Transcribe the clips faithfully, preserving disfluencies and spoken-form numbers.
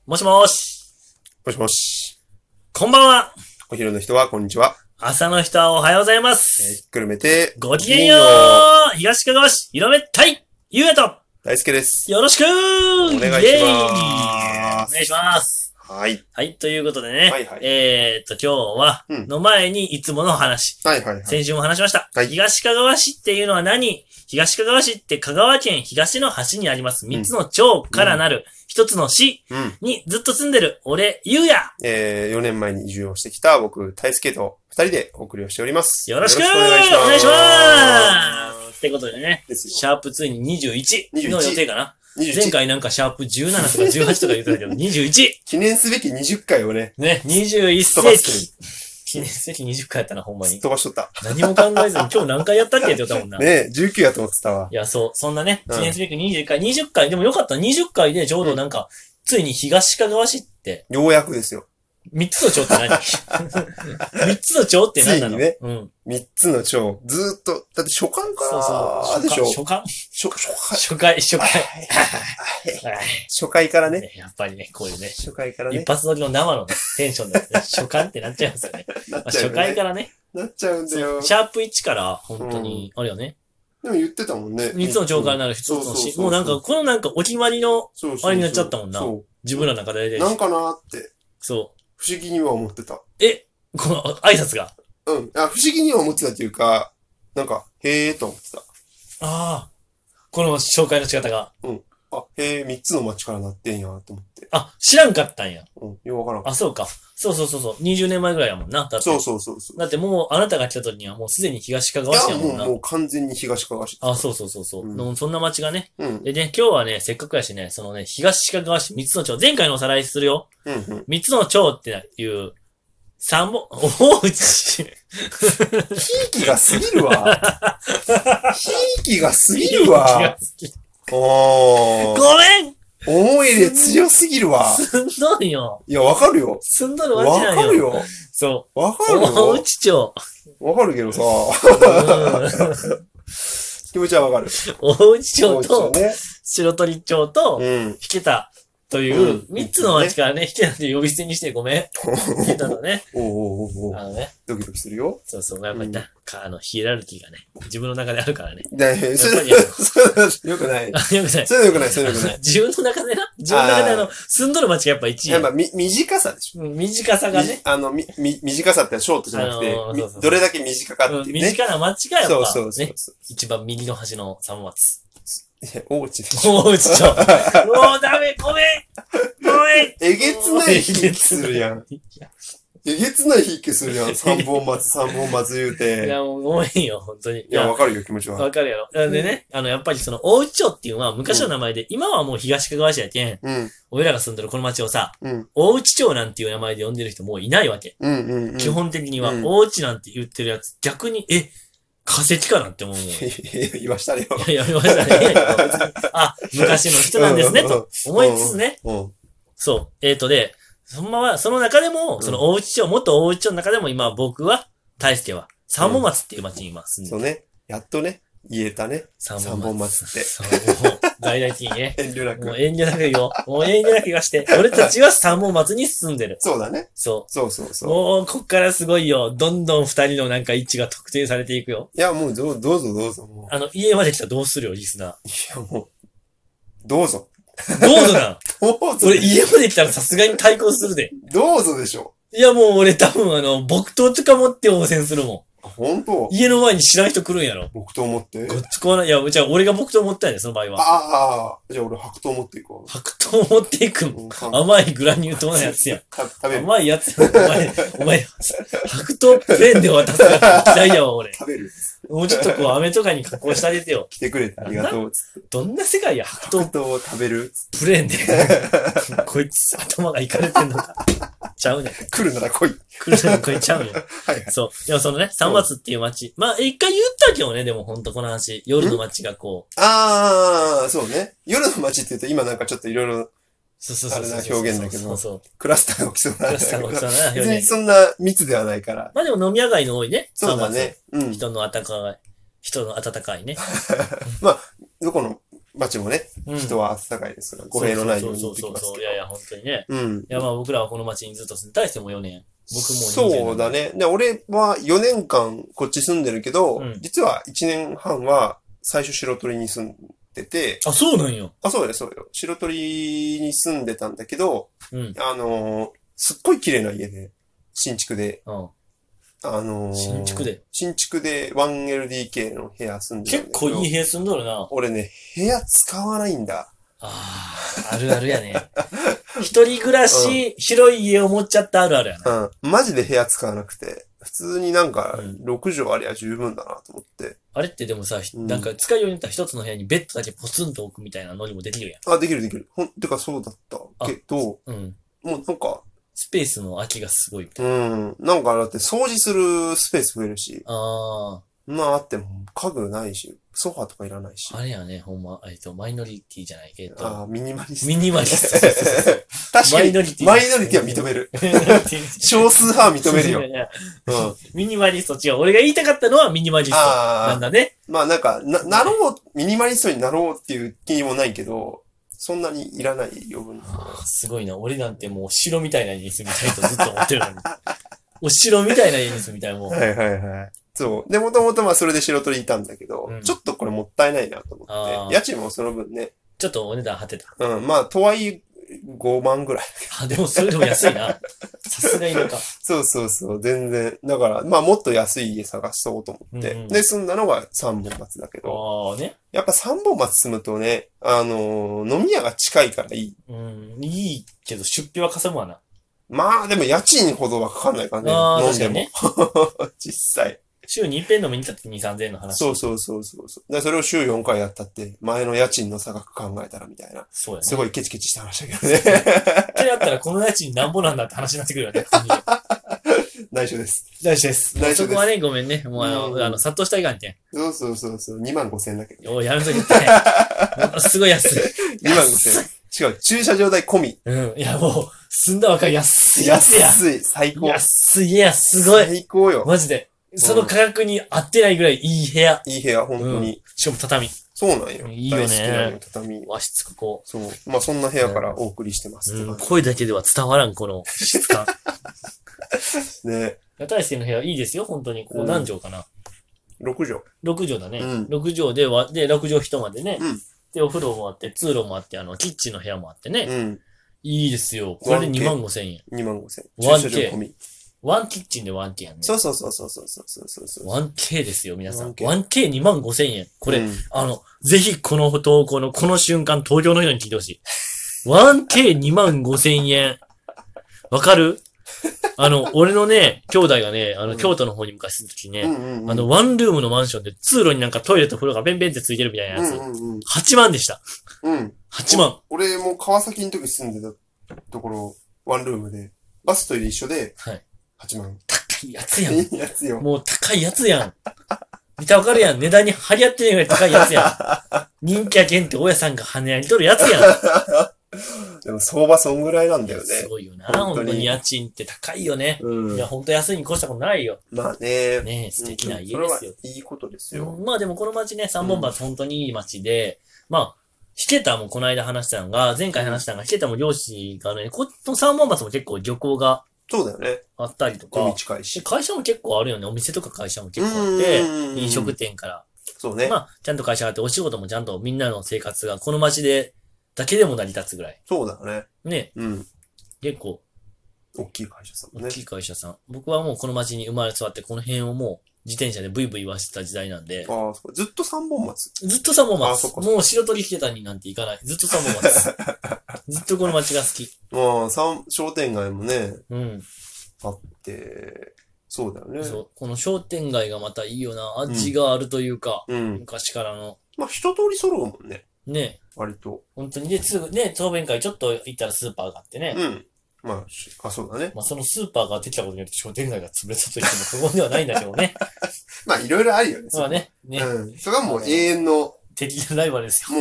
もしもーし。 もしもし。 こんばんは。 お昼の人は、こんにちは。 朝の人はおはようございまえー、 す。 ひっくるめて、 ごきげんよう。東かがわ市、広めたい、ゆうやと。 大輔です。 よろしくー。 お願いしまーす。 お願いします。 はい。 はい、ということでね。 はいはいえーっと、今日は、 うんの前にいつもの話。 はいはいはい。 先週も話しました。 はい東かがわ市っていうのは何？東かがわ市って香川県東の端にあります三つの町からなる一つの市うん。 にずっと住んでる俺、ゆうや。 えー、よねんまえに移住をしてきた僕、大輔と二人でお送りをしております。 よろしくおよろしくお願いします。 願いしますってことでね、 ですよシャープツーににじゅういちの予定かな。 にじゅういち前回なんかシャープじゅうななとかじゅうはちとか言ってたけど、にじゅういち! 記念すべきにじゅっかいをね、 ね、にじゅういっ世すっ飛ばしてる紀。記念すべきにじゅっかいやったな、ほんますっに。 飛ばしとった。 何も考えずに今日何回やったっけって言ったもんな。 ねえ、じゅうきゅうやと思ってたわ。 いや、そう、そんなね、 うん記念すべきにじゅっかい、にじゅっかい、でもよかった、にじゅっかいでちょうどなんか、ついに東かがわ市って、 ようやくですよ。 みっつの町って何？ みっ つの町って何なの？ ついにねうん。 三つの町、ずーっと、だって初回かそうそう。 らでしょ。 初回初初初回、初回。 はいはい初回からね。 ねやっぱりね、こういうね、 初回からね一。発撮りの生のね、テンションですね。初回ってなっちゃいますよね。まあなっちゃうよね初回からね、 なっちゃうんだそよう。シャープいちから、本当に、あれよね、 でも言ってたもんね。 三つの町からなる一つの市。 そうそうそうそうもうなんか、このなんかお決まりの、 そうそうそうあれになっちゃったもんなそ自分らの中で。 う。なんかなーって、 そ不思議には思ってた。 う。え、この挨拶が。 うん。あ、不思議には思ってたっていうか、なんか、へーと思ってた。 ああ、この紹介の仕方が。 あ、へー、三つの町からなってんやと思って。 あ、知らんかったんや。 うん。よくわからん。 あ、そうか。そうそうそうそう。にじゅうねんまえぐらいやもんな。だって。 そうそうそうそう。 だってもう、あなたが来た時にはもうすでに東かがいや、もう、 わ市やもんな。 もう完全に東かがわ市。 あ、そうそうそうそう。 うんのそんな町がね。 うん。 でね、今日はね、せっかくやしね、そのね、東かがわ市三つの町、前回のおさらいするよ。 うん、うん。 三つの町っていう、三本、大内。 ひいきが過ぎるわ。ひいきが過ぎるわ。おー。 ごめん思い入れ強すぎるわ。 すんどるよ。 いや、わかるよ。 すんどるわわけなんよ。 かるよ。 そう。 わかる大よ。 内町。 わかるけどさ。 うん気持ちはわかる。 大内町と、 ね。 白鳥町と、 うん。 引けたというう、 ん三つの町からね、引けたって呼び捨てにしてごめん。引けたのね。 おうおうおうおうあのね。 ドキドキするよ。 そうそう、やっぱりな、かあの、ヒエラルキーがね、自分の中であるからね。 だいそれ、 やっぱりあのそれよくない。 あ、よくない。 それよくない、それよくない。 自分の中でな、自分の中であの、住んどる町がやっぱ一位や。 やっぱ、み、短さでしょ。 うん短さがねみ、あの、み、み、短さってショートじゃなくて、 あのーみそうそうそうどれだけ短かうんっていうね。 短な町がやっぱ、 そうそうそうね、 そう。 一番右の端の三松。 いや、大内でしょ。 大内町。もうダメ、ごめんごめんえげつないひいきするやん。 いやえげつないひいきするやん。三本松、三本松言ういて。 や、もうごめんよ、本当に。いいや、わかるよ、気持ちは。 わかるやろ。なんでね、あの、やっぱりその、大内町っていうのは昔の名前で、今はもう東かがわ市やけん、 うん、 俺らが住んでるこの町をさ、 うん、 大内町なんていう名前で呼んでる人もういないわけ。 うん、うん。うん基。本的には、 うん大内なんて言ってるやつ、逆に、え、化石かなって思うもん。い言わしたねよ。 や、やめましたね。いやいや別にあ、昔の人なんですね、と思いつつね。 うん。 そう。えっとで、そのまま、その中でも、その大内町、元大内町の中でも今僕は、大輔は、三本松っていう町にいます。 そうね。やっとね、言えたね。 三三本松って。 そう、もう、大々的にね。 遠慮なく。 もう遠慮なく言おう。もう遠慮なく言わして。俺たちは三本松に住んでる。 そうだね。 そ。 そうそうそうう。 もう、こっからすごいよ。どんどん二人のなんか位置が特定されていくよ。 いや、もうどうどうぞどうぞ。もうあの、家まで来たらどうするよ、リスナいや、もう、どうぞ。 ー。どうぞな。 どうぞ。 俺、家まで来たらさすがに対抗するで。 どうぞでしょ。 いや、もう俺多分あの、木刀とか持って応戦するもん。 本当家の前に知らん人来るんやろ。 木刀持って。 ごっつこわない。いや、じゃあ俺が木刀持ったんやで、その場合は。 ああ、じゃあ俺白刀持っていこう。 白刀持っていくもん。 うんか甘いグラニュー糖のやつやん。 た食べる。 甘いやつやん。お前、お前、白刀プレーンで渡すやつ嫌いやわ、俺。 食べる。 もうちょっとこう、飴とかに加工してあげてよ。 来てくれてありがとう。つってどんな世界や、白白刀刀を食べる。つってプレーンで。こいつ、頭がいかれてんのか。ちゃうねん。 来るなら来い。 来るのこいちゃうねん。 はいはい。 そう。でもそのね、三松っていう街。まあ、一回言ったけどね、でもほんとこの話。夜の街がこう。 ああ、そうね。夜の街って言うと今なんかちょっといろいろそうそうそうそう。 あれな表現だけどそうそう。 クラスターが起きそうなんだけクラスターが起きそうな表現別にそんな密ではないから。 まあでも飲み屋街の多いね。 そうだね。うん。 人の温かい、人の温かいね。 どこの街もね、 うん、 人は暖かいですから、語弊のないように言ってきますけど。 そうそうそうそう。いやいや、本当にね。 うん。 いや、まあ僕らはこの街にずっと住んで、大してもよねん。僕もにじゅうねん。 そうだね。で、俺はよねんかんこっち住んでるけど、うん、実はいちねんはんは最初白鳥に住んでて。 あ、そうなんよ。 あ、そうよ、そうよ。白鳥に住んでたんだけど、 うん、 あのー、すっごい綺麗な家で、新築で。 うん、 あのー、 新築で新築で ワンエルディーケー の部屋住んでたんだけど。 結構いい部屋住んどるな。 俺ね、部屋使わないんだ。 ああ、あるあるやね。一人暮らし、うん、広い家を持っちゃったあるあるやな。 うん。マジで部屋使わなくて、普通になんか、ろくじょうありゃ十分だなと思って。うん、 あれってでもさ、うん、なんか使いようによったら一つの部屋にベッドだけポツンと置くみたいなのにもできるやん。 あ、できるできる。ほん、てかそうだったけど、 うん。 もうなんか、 スペースの空きがすごいみたいな。 うん。なんかだって掃除するスペース増えるし。 ああ。 まああっても家具ないし、ソファーとかいらないし。 あれやね、ほんま、えっと、マイノリティじゃないけど。 ああ、ミニマリスト。 ミニマリスト。そうそうそう確かに。 マイノリティ。 マイノリティは認める。少数派は認めるよ。 うん、ミニマリスト違う。俺が言いたかったのはミニマリストなんだね。 まあなんか、な、なろう、ミニマリストになろうっていう気もないけど、そんなにいらない余分な。 すごいな。俺なんてもう城みたいな家に住みたいとずっと思ってるのに。お城みたいな家に住みたいもん。 はいはいはい。そう。で、もともとまあそれで白鳥いたんだけど、うん、ちょっとこれもったいないなと思って、家賃もその分ね。 ちょっとお値段張ってた。 うん。まあ、とはいえごまんぐらい。 あ、でもそれでも安いな。さすがになんか。 そうそうそう。全然。だから、まあもっと安い家探しそうと思って。うんうん、で、住んだのが三本松だけど。 ああね。 やっぱ三本松住むとね、あのー、飲み屋が近いからいい。 うん。いいけど出費はかさむわな。 まあでも家賃ほどはかかんないからね。あ飲んでも。ね、実際。 週に一遍飲みに行ったってに、さんぜんえんの話。 そうそうそうそう。で、それを週よんかいやったって、前の家賃の差額考えたらみたいな。 そうやね。 すごいケチケチしてましたけどね。 ってやったらこの家賃なんぼなんだって話になってくるよね。 内緒です。 内緒です。内緒です。そこはね、ごめんね。もうあの、 うん、 あの、殺到したいがんけん。 そうそうそうそう。にまんごせんだけど。 おやめとけって。ものすごい安い。 にまんごせん。違う、駐車場代込み。 うん。いや、もう、住んだわかり安いやつや。 安い、最高。 安いや、すごい。 最高よ。 マジで。その価格に合ってないぐらいいい部屋。 いい部屋、本当に。うん、 しかも畳。 そうなんよ。 いいよね。 大好きなの畳。 和室ここ。 そう。まあそんな部屋からお送りしてます。 うん、声だけでは伝わらん、この質感。 ね。 大輔の部屋いいですよ、本当に。ここ何畳かな。 ろくじょう。 ろくじょうだね。 うん、 ろくじょうで、で、ろくじょう一間でね。 うん、 で、お風呂もあって、通路もあって、あの、キッチンの部屋もあってね。 うん、 いいですよ。これでにまんごせんえん。 にまんごせんえん。 ワンケー。ワンキッチンで ワンケー やんね。 そうそうそうそうそうそうそうそう。 ワンケー ですよ、皆さん。ワンケーにまんごせんえん。これ、うん、あの、ぜひこの投稿のこの瞬間、東京の人に聞いてほしい。ワンケーにまんごせんえん。わかる？あの、俺のね、兄弟がね、あの、うん、京都の方に昔住んだ時にね、うんうんうん、あの、ワンルームのマンションで通路になんかトイレと風呂がベンベンってついてるみたいなやつ。うんうんうん、はちまんでした。 うん。 はちまん。 俺も川崎の時住んでたところ、ワンルームで、バストイレ一緒で、 はい。 はちまん。 高いやつやん。 いいやつよ。 もう高いやつやん。見たわかるやん。値段に張り合ってないぐらい高いやつやん。人気やけんって大家さんが跳ね上げとるやつやん。 でも相場そんぐらいなんだよね。 すごいよな。本当に家賃って高いよね。うん、いや、本当安いに越したことないよ。 まあね。 ねえ、素敵な家ですよ。 いいことですよ。 うん、まあでもこの町ね、三本松本当にいい町で、うん、まあ、ヒケタもこの間話したのが、前回話したのが、ヒケタも漁師がね、この三本松も結構漁港が、 そうだよね。 あったりとか。 海近いし。 会社も結構あるよね。お店とか会社も結構あって、飲食店から。 そうね。 まあ、ちゃんと会社があって、お仕事もちゃんとみんなの生活がこの町で、だけでも成り立つぐらい。 そうだね。 ね。 うん。 結構。 大きい会社さんね。 大きい会社さん。僕はもうこの町に生まれ育って、この辺をもう自転車でブイブイ言わしてた時代なんで。 ああ、そっか。ずっと三本松。 ずっと三本松。あ、そっか。もう白鳥引けたになんて行かない。ずっと三本松。ずっとこの町が好き。 まあ、三、商店街もね。 うん。 あって、そうだよね。 そう。この商店街がまたいいよな。味があるというか。 うん。 昔からの。 まあ、一通り揃うもんね。 ね。 割と。 本当に。で、すぐね、答弁会ちょっと行ったらスーパーがあってね。 うん。まあ、あ、そうだね。 まあ、そのスーパーができたことによって商店街が潰れたと言っても過言ではないんだけどね。 まあ、いろいろあるよね。 まあね。ね。 うん。それはもう永遠の。 敵ライバルですよ。 もう、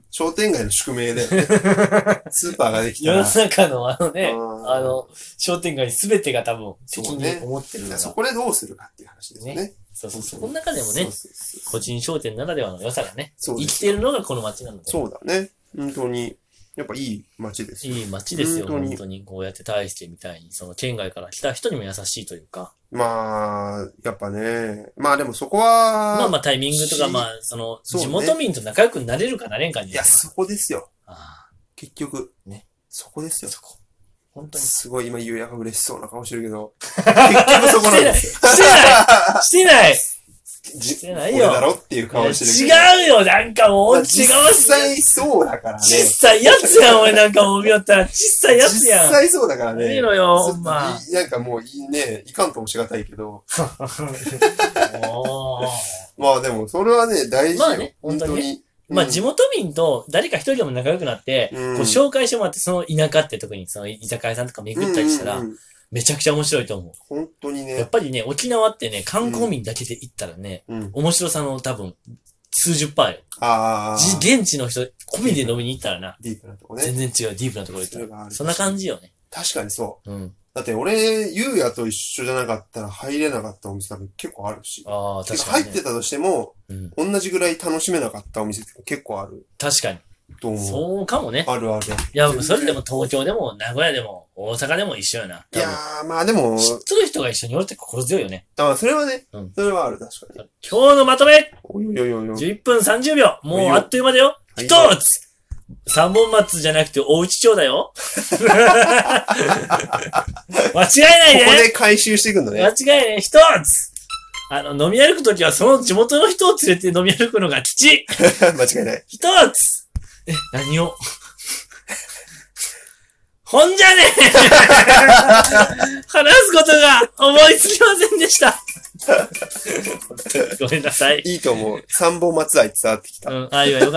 商店街の宿命で、ね、スーパーができたら。 世の中のあのね、あの、商店街すべてが多分、責任を持ってるのが、 ね、そこでどうするかっていう話ですね。ねそうそう、そこの中でもね、そうそうそう個人商店ならではの良さがね、生きているのがこの街なので。 そうだね。本当に。やっぱいい街ですよ。 いい街ですよ、本当に。本当にこうやって大してみたいに、その県外から来た人にも優しいというか。 まあ、やっぱね。まあでもそこは。 まあまあタイミングとか、まあ、その、地元民と仲良くなれるかなれんかに、ね。 いや、そこですよ。 ああ結局。 ね。 そこですよ。 そこ。本当に。 すごい今、ゆうやが嬉しそうな顔してるけど。結局そこなんですよ。 してないしてないしてないよ。 俺だろっていう顔してるけど。違うよなんかもう、違うし。 実際そうだからね。 小さいやつやん、俺なんかもう見よったら。小さいやつやん。 実際そうだからね。 いいのよ、ほんま。 なんかもういいね、いかんともしがたいけど。まあでも、それはね、大事よ。 まあね、本当に。本当にまあ地元民と誰か一人でも仲良くなって、 うん、 こう紹介してもらって、その田舎って特にその居酒屋さんとか巡ったりしたら、うんうんうん、めちゃくちゃ面白いと思う。 本当にね。 やっぱりね、沖縄ってね、観光民だけで行ったらね、うん、面白さの多分、数十パーよ。 ああ。 現地の人、込みで飲みに行ったらな。 ディープなとこね。 全然違う、ディープなところ行ったら。そんな感じよね。 確かにそう。 うん。 だって俺、ゆうやと一緒じゃなかったら入れなかったお店多分結構あるし。 ああ、確かに、ね。 入ってたとしても、うん、同じぐらい楽しめなかったお店って結構ある。 確かに。 と思う。 そうかもね。 あるある。 いや、それでも東京でも名古屋でも大阪でも一緒よな。 いやー、まあでも。 知ってる人が一緒におるって心強いよね。 ああ、それはね。うん。それはある、確かに。 今日のまとめおいおいおいおい。 じゅういっぷんさんじゅうびょう。もうあっという間だよ。一つ三本松じゃなくて大内町だよ。間違いないね。 ここで回収していくのね。 間違いない。一つあの、飲み歩くときはその地元の人を連れて飲み歩くのが吉。 間違いない。 一つえ、何をほんじゃね話すことが思いつきませんでした。ごめんなさい。 いいと思う。三本松愛伝わってきた。 うん、愛はよかった。